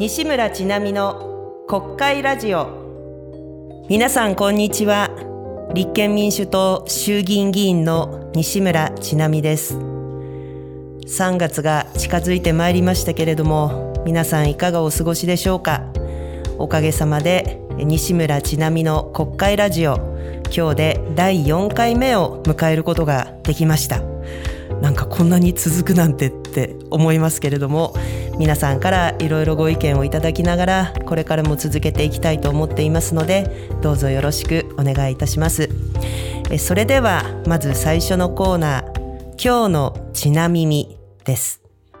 西村ちなみの国会ラジオ。皆さんこんにちは。立憲民主党衆議院議員の西村ちなみです。3月が近づいてまいりましたけれども、皆さんいかがお過ごしでしょうか。おかげさまで西村ちなみの国会ラジオ、今日で第4回目を迎えることができました。なんかこんなに続くなんてって思いますけれども、皆さんからいろいろご意見をいただきながらこれからも続けていきたいと思っていますので、どうぞよろしくお願いいたします。それではまず最初のコーナー、今日のちなみみです。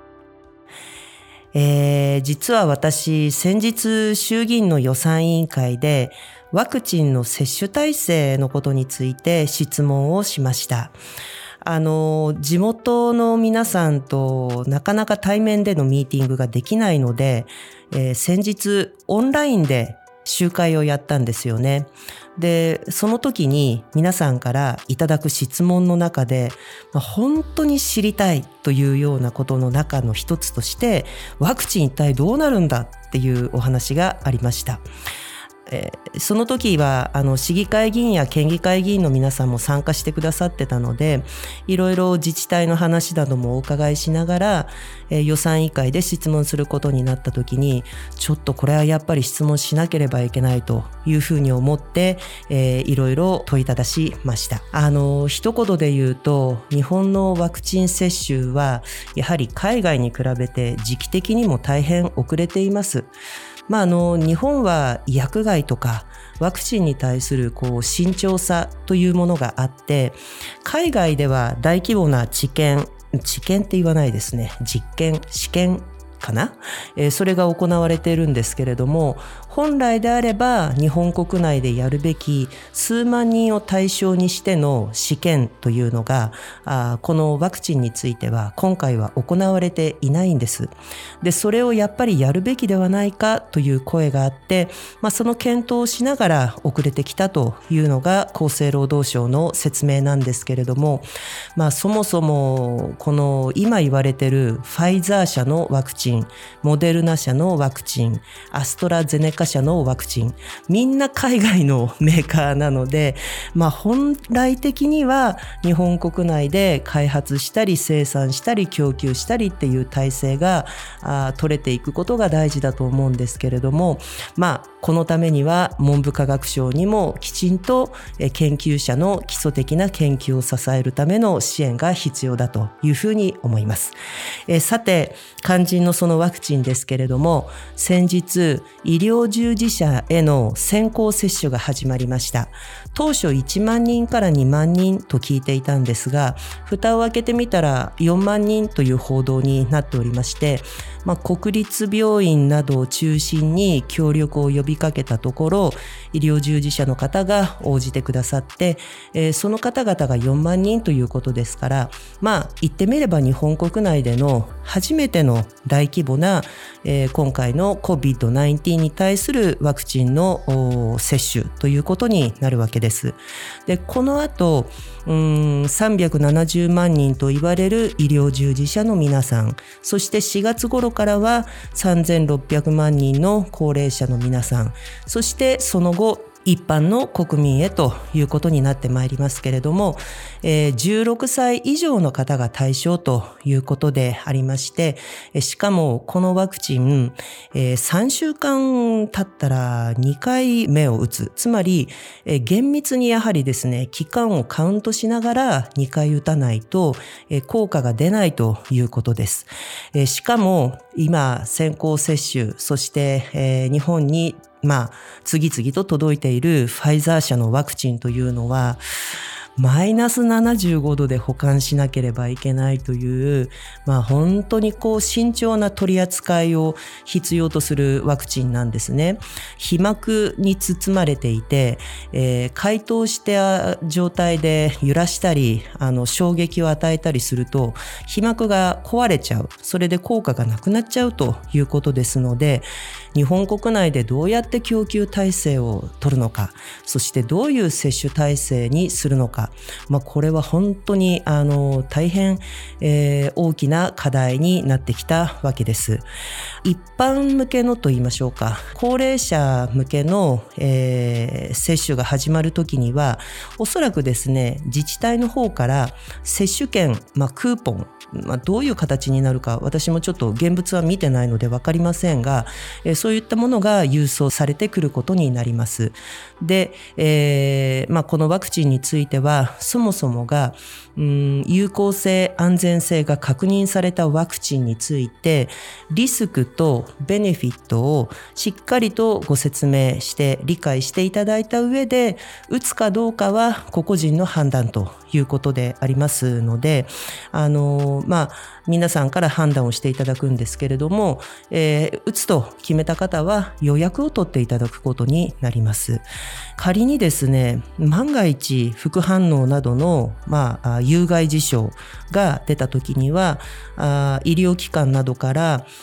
実は私、先日衆議院の予算委員会でワクチンの接種体制のことについて質問をしました。地元の皆さんとなかなか対面でのミーティングができないので、先日オンラインで集会をやったんですよね。で、その時に皆さんからいただく質問の中で、本当に知りたいというようなことの中の一つとして、ワクチン一体どうなるんだっていうお話がありました。その時は市議会議員や県議会議員の皆さんも参加してくださってたので、いろいろ自治体の話などもお伺いしながら、予算委員会で質問することになった時に、ちょっとこれはやっぱり質問しなければいけないというふうに思って、いろいろ問いただしました。一言で言うと、日本のワクチン接種はやはり海外に比べて時期的にも大変遅れています。日本は医薬害とかワクチンに対する慎重さというものがあって、海外では大規模な治験って言わないですね。試験かな、それが行われているんですけれども、本来であれば日本国内でやるべき数万人を対象にしての試験というのが、このワクチンについては今回は行われていないんです。で、それをやっぱりやるべきではないかという声があって、その検討をしながら遅れてきたというのが厚生労働省の説明なんですけれども、そもそもこの今言われているファイザー社のワクチン、モデルナ社のワクチン、アストラゼネカ社のワクチン、みんな海外のメーカーなので、本来的には日本国内で開発したり生産したり供給したりっていう体制が取れていくことが大事だと思うんですけれども、このためには文部科学省にもきちんと研究者の基礎的な研究を支えるための支援が必要だというふうに思います。さて、肝心のそのワクチンですけれども、先日医療従事者への先行接種が始まりました。当初1万人から2万人と聞いていたんですが、蓋を開けてみたら4万人という報道になっておりまして、国立病院などを中心に協力を呼びかけたところ、医療従事者の方が応じてくださって、その方々が4万人ということですから、言ってみれば日本国内での初めての大規模な、今回の COVID-19 に対するワクチンの接種ということになるわけです。で、この後370万人と言われる医療従事者の皆さん、そして4月頃からは3600万人の高齢者の皆さん、そしてその後一般の国民へということになってまいりますけれども、16歳以上の方が対象ということでありまして、しかもこのワクチン、3週間経ったら2回目を打つ。つまり、厳密にやはりですね、期間をカウントしながら2回打たないと、効果が出ないということです。しかも今、先行接種、そして、日本に次々と届いているファイザー社のワクチンというのは、マイナス75度で保管しなければいけないという、本当に慎重な取り扱いを必要とするワクチンなんですね。被膜に包まれていて、解凍した状態で揺らしたり、衝撃を与えたりすると、被膜が壊れちゃう。それで効果がなくなっちゃうということですので、日本国内でどうやって供給体制を取るのか、そしてどういう接種体制にするのか、 か、これは本当に大変、大きな課題になってきたわけです。一般向けのと言いましょうか、高齢者向けの、接種が始まるときには、おそらくですね、自治体の方から接種券、クーポン、どういう形になるか私もちょっと現物は見てないので分かりませんが、そういったものが郵送されてくることになります。で、このワクチンについてはそもそもが有効性安全性が確認されたワクチンについてリスクとベネフィットをしっかりとご説明して理解していただいた上で打つかどうかは個々人の判断ということでありますので、皆さんから判断をしていただくんですけれども、打つと決めた方は予約を取っていただくことになります。仮にですね、万が一副反応などの、有害事象が出た時には医療機関などから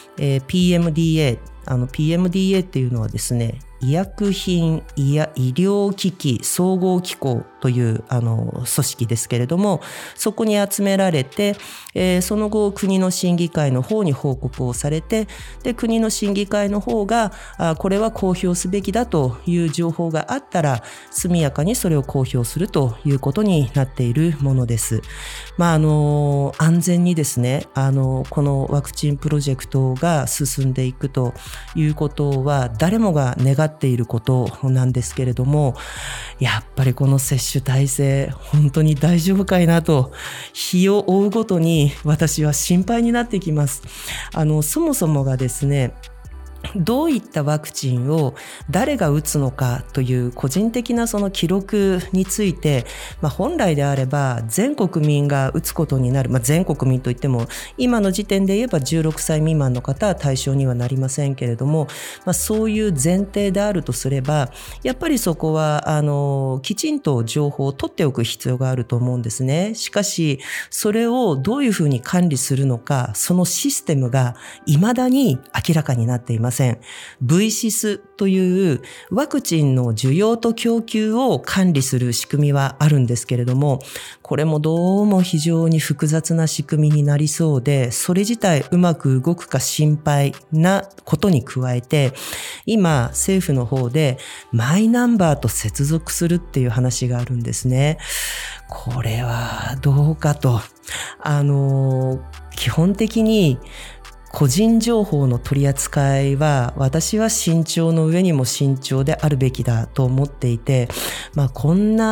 、PMDA っていうのはですね、医薬品医療機器総合機構という組織ですけれども、そこに集められて、その後国の審議会の方に報告をされて、で国の審議会の方がこれは公表すべきだという情報があったら速やかにそれを公表するということになっているものです。安全にですね、このワクチンプロジェクトが進んでいくということは誰もが願っていることなんですけれども、やっぱりこの接種体制本当に大丈夫かいなと日を追うごとに私は心配になってきます。そもそもがですね、どういったワクチンを誰が打つのかという個人的なその記録について、本来であれば全国民が打つことになる、全国民といっても今の時点で言えば16歳未満の方は対象にはなりませんけれども、そういう前提であるとすればやっぱりそこはきちんと情報を取っておく必要があると思うんですね。しかしそれをどういうふうに管理するのか、そのシステムが未だに明らかになっています。VSIS というワクチンの需要と供給を管理する仕組みはあるんですけれども、これもどうも非常に複雑な仕組みになりそうで、それ自体うまく動くか心配なことに加えて、今政府の方でマイナンバーと接続するっていう話があるんですね。これはどうかと。基本的に個人情報の取り扱いは私は慎重の上にも慎重であるべきだと思っていて、こ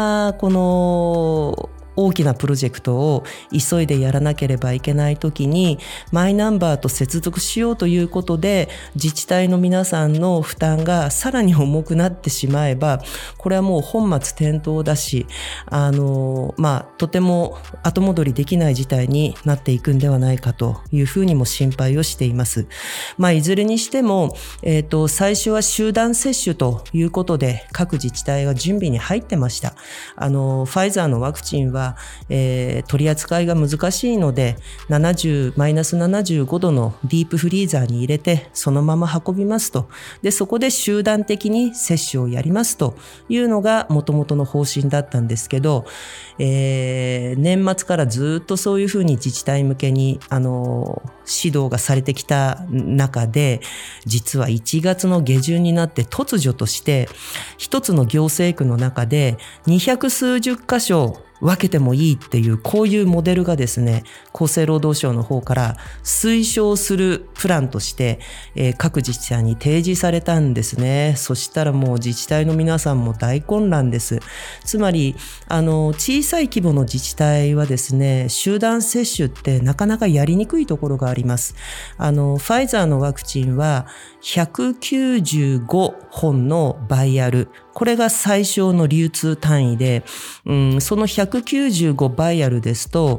の大きなプロジェクトを急いでやらなければいけないときにマイナンバーと接続しようということで自治体の皆さんの負担がさらに重くなってしまえば、これはもう本末転倒だし、とても後戻りできない事態になっていくんではないかというふうにも心配をしています。いずれにしても、最初は集団接種ということで各自治体が準備に入ってました。ファイザーのワクチンは取り扱いが難しいのでマイナス75度のディープフリーザーに入れてそのまま運びますと。でそこで集団的に接種をやりますというのが元々の方針だったんですけど、年末からずっとそういうふうに自治体向けに指導がされてきた中で、実は1月の下旬になって突如として一つの行政区の中で200数十箇所分けてもいいっていう、こういうモデルがですね、厚生労働省の方から推奨するプランとして、各自治体に提示されたんですね。そしたらもう自治体の皆さんも大混乱です。つまり小さい規模の自治体はですね、集団接種ってなかなかやりにくいところがあります。ファイザーのワクチンは195本のバイアル、これが最小の流通単位で、その195バイアルですと、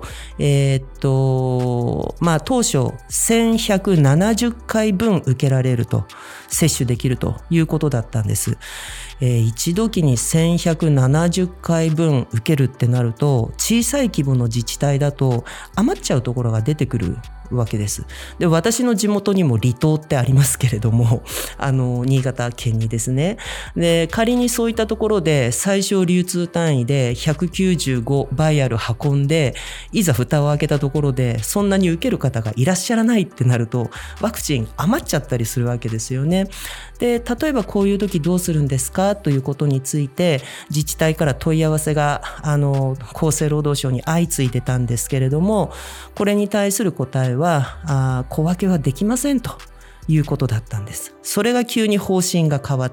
当初1170回分受けられると、接種できるということだったんです。 一時に1170回分受けるってなると、小さい規模の自治体だと余っちゃうところが出てくるわけです。で、私の地元にも離島ってありますけれども、新潟県にですね。で、仮にそういったところで最小流通単位で195バイアル運んで、いざ蓋を開けたところでそんなに受ける方がいらっしゃらないってなると、ワクチン余っちゃったりするわけですよね。で、例えばこういう時どうするんですかということについて、自治体から問い合わせが厚生労働省に相次いでたんですけれども、これに対する答えは小分けはできませんということだったんです。それが急に方針が変わって、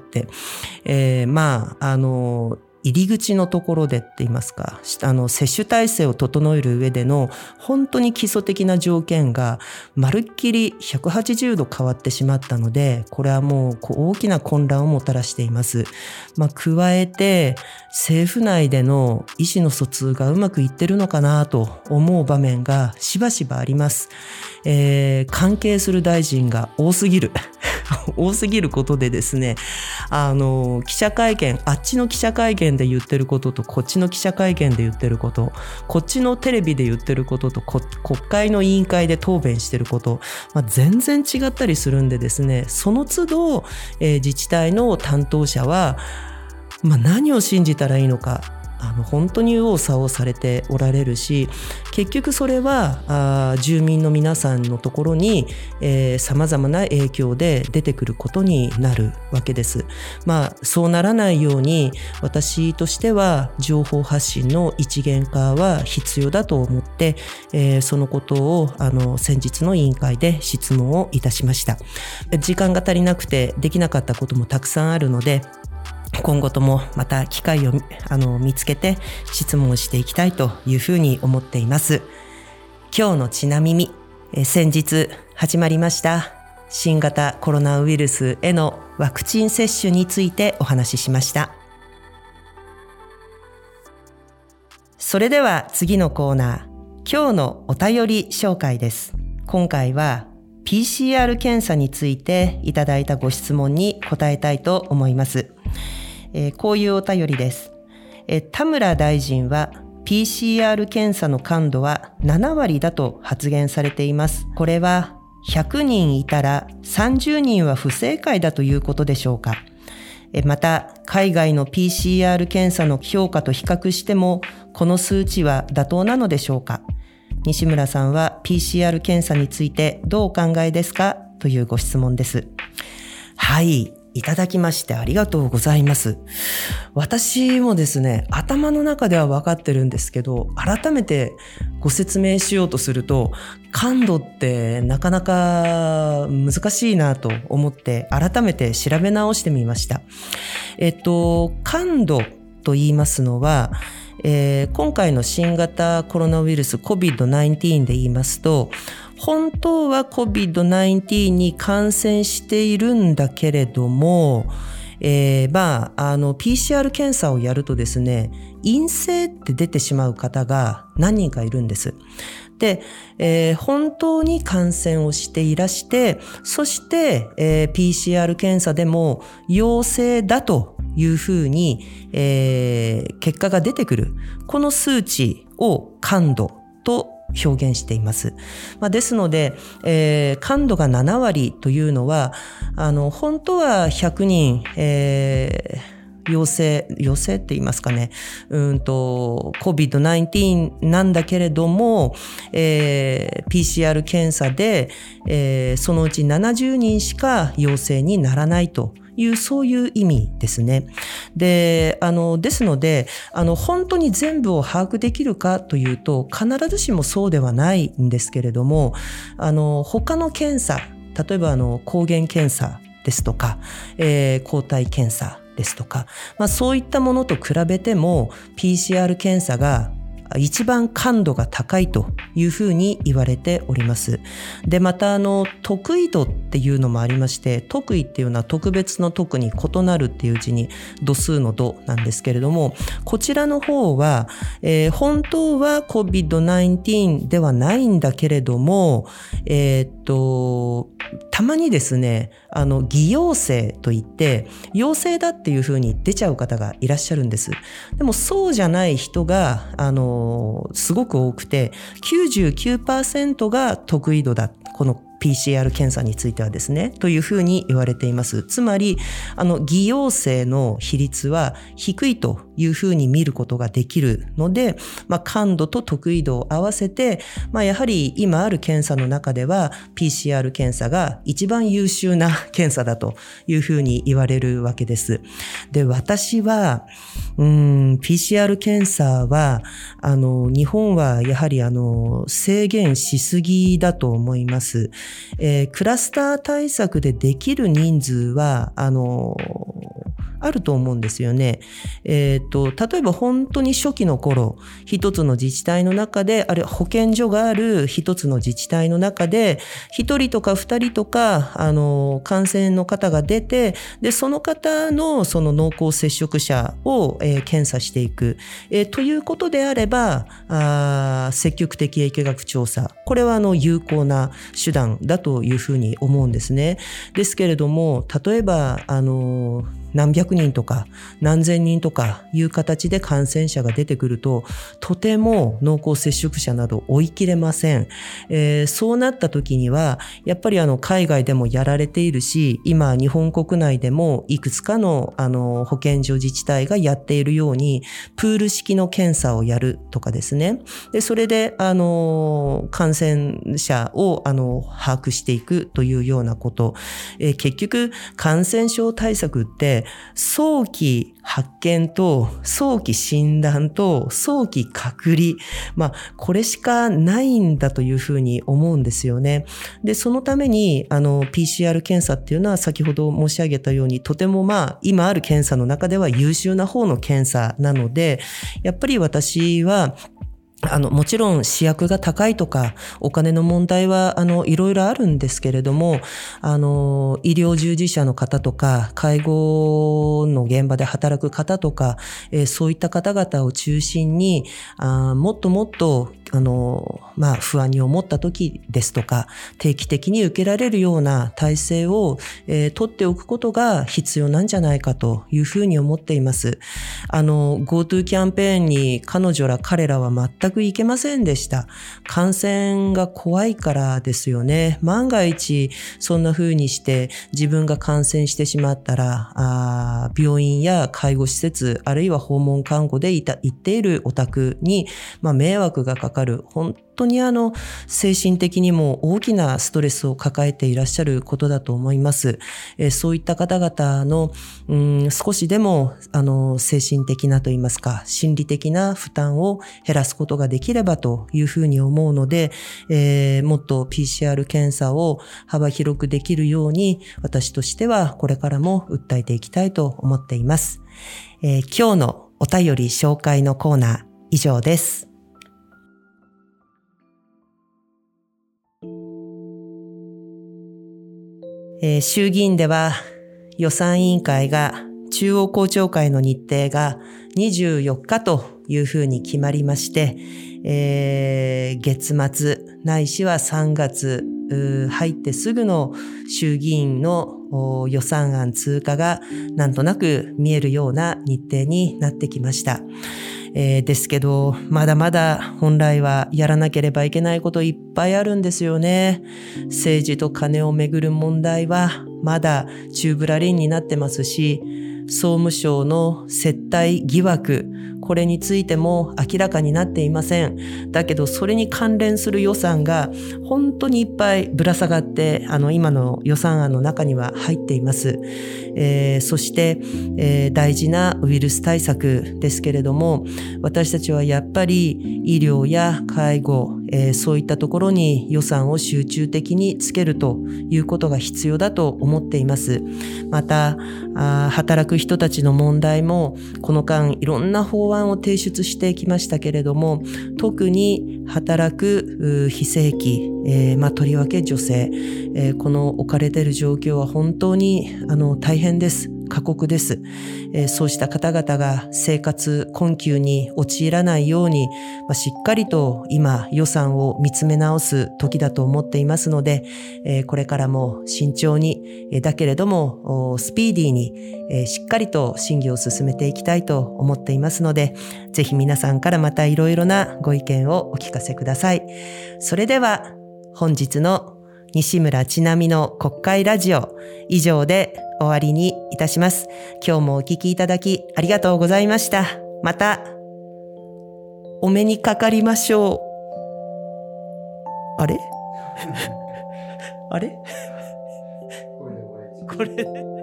入り口のところでって言いますか、接種体制を整える上での本当に基礎的な条件がまるっきり180度変わってしまったので、これはもう大きな混乱をもたらしています。加えて政府内での意思の疎通がうまくいってるのかなと思う場面がしばしばあります。関係する大臣が多すぎることでですね、記者会見、あっちの記者会見で言ってることとこっちの記者会見で言ってること、こっちのテレビで言ってることと国会の委員会で答弁してること、全然違ったりするんでですね、その都度、自治体の担当者は、何を信じたらいいのか、本当に右往左往されておられるし、結局それは住民の皆さんのところに様々な影響で出てくることになるわけです。そうならないように私としては情報発信の一元化は必要だと思って、そのことを先日の委員会で質問をいたしました。時間が足りなくてできなかったこともたくさんあるので、今後ともまた機会を見つけて質問をしていきたいというふうに思っています。今日のちなみに、先日始まりました新型コロナウイルスへのワクチン接種についてお話ししました。それでは次のコーナー、今日のお便り紹介です。今回は PCR 検査についていただいたご質問に答えたいと思います。こういうお便りです。田村大臣は PCR 検査の感度は7割だと発言されています。これは100人いたら30人は不正解だということでしょうか。また海外の PCR 検査の評価と比較してもこの数値は妥当なのでしょうか。西村さんは PCR 検査についてどうお考えですかというご質問です。はい、いただきましてありがとうございます。私もですね、頭の中では分かってるんですけど、改めてご説明しようとすると、感度ってなかなか難しいなと思って改めて調べ直してみました。感度と言いますのは、今回の新型コロナウイルス COVID-19 で言いますと、本当は COVID-19 に感染しているんだけれども、PCR 検査をやるとですね、陰性って出てしまう方が何人かいるんです。で、本当に感染をしていらして、そして、PCR 検査でも陽性だというふうに、結果が出てくる。この数値を感度と表現しています。ですので、感度が7割というのは、本当は100人、陽性って言いますかね。COVID-19 なんだけれども、PCR 検査で、そのうち70人しか陽性にならないという、そういう意味ですね。で、ですので、本当に全部を把握できるかというと、必ずしもそうではないんですけれども、他の検査、例えば抗原検査ですとか、抗体検査ですとか、そういったものと比べても PCR 検査が一番感度が高いというふうに言われております。で、また得意度っていうのもありまして、得意っていうのは特別の特に異なるっていう字に度数の度なんですけれども、こちらの方は、本当は COVID-19 ではないんだけれども、たまにですね、偽陽性といって、陽性だっていうふうに出ちゃう方がいらっしゃるんです。でもそうじゃない人が、すごく多くて、99% が得意度だ。このPCR 検査についてはですね、というふうに言われています。つまり、偽陽性の比率は低いというふうに見ることができるので、感度と得意度を合わせて、やはり今ある検査の中では PCR 検査が一番優秀な検査だというふうに言われるわけです。で、私は、PCR 検査は、日本はやはり制限しすぎだと思います。クラスター対策でできる人数は、あると思うんですよね。例えば本当に初期の頃、一つの自治体の中で、あるいは保健所がある一つの自治体の中で、一人とか二人とか、感染の方が出て、で、その方のその濃厚接触者を、検査していく、ということであれば、積極的疫学調査。これは有効な手段だというふうに思うんですね。ですけれども、例えば、何百人とか何千人とかいう形で感染者が出てくると、とても濃厚接触者など追い切れません。そうなった時には、やっぱり海外でもやられているし、今日本国内でもいくつかの保健所自治体がやっているように、プール式の検査をやるとかですね。で、それで感染者を把握していくというようなこと。結局感染症対策って早期発見と早期診断と早期隔離、これしかないんだというふうに思うんですよね。で、そのためにPCR 検査っていうのは先ほど申し上げたように、とても今ある検査の中では優秀な方の検査なので、やっぱり私はもちろん試薬が高いとかお金の問題はいろいろあるんですけれども、医療従事者の方とか介護の現場で働く方とか、そういった方々を中心にもっともっと不安に思った時ですとか、定期的に受けられるような体制を、取っておくことが必要なんじゃないかというふうに思っています。GoTo キャンペーンに彼らは全く行けませんでした。感染が怖いからですよね。万が一そんな風にして自分が感染してしまったら、病院や介護施設、あるいは訪問看護で行っているお宅に、迷惑がかかる。本当に精神的にも大きなストレスを抱えていらっしゃることだと思います。そういった方々の少しでも精神的なといいますか、心理的な負担を減らすことができればというふうに思うので、もっと PCR 検査を幅広くできるように、私としてはこれからも訴えていきたいと思っています。今日のお便り紹介のコーナー以上です。衆議院では予算委員会が中央公聴会の日程が24日というふうに決まりまして、月末ないしは3月入ってすぐの衆議院の予算案通過がなんとなく見えるような日程になってきました。ですけど、まだまだ本来はやらなければいけないこといっぱいあるんですよね。政治と金をめぐる問題はまだ宙ぶらりんになってますし、総務省の接待疑惑、これについても明らかになっていません。だけどそれに関連する予算が本当にいっぱいぶら下がって今の予算案の中には入っています。そして、大事なウイルス対策ですけれども、私たちはやっぱり医療や介護、そういったところに予算を集中的につけるということが必要だと思っています。また働く人たちの問題もこの間いろんな法法案を提出してきましたけれども、特に働く非正規、とりわけ女性、この置かれている状況は本当に大変です。過酷です。そうした方々が生活困窮に陥らないように、しっかりと今予算を見つめ直す時だと思っていますので、これからも慎重に、だけれどもスピーディーに、しっかりと審議を進めていきたいと思っていますので、ぜひ皆さんからまたいろいろなご意見をお聞かせください。それでは本日の西村ちなみの国会ラジオ、以上で終わりにいたします。今日もお聞きいただきありがとうございました。またお目にかかりましょう。あれあれこれ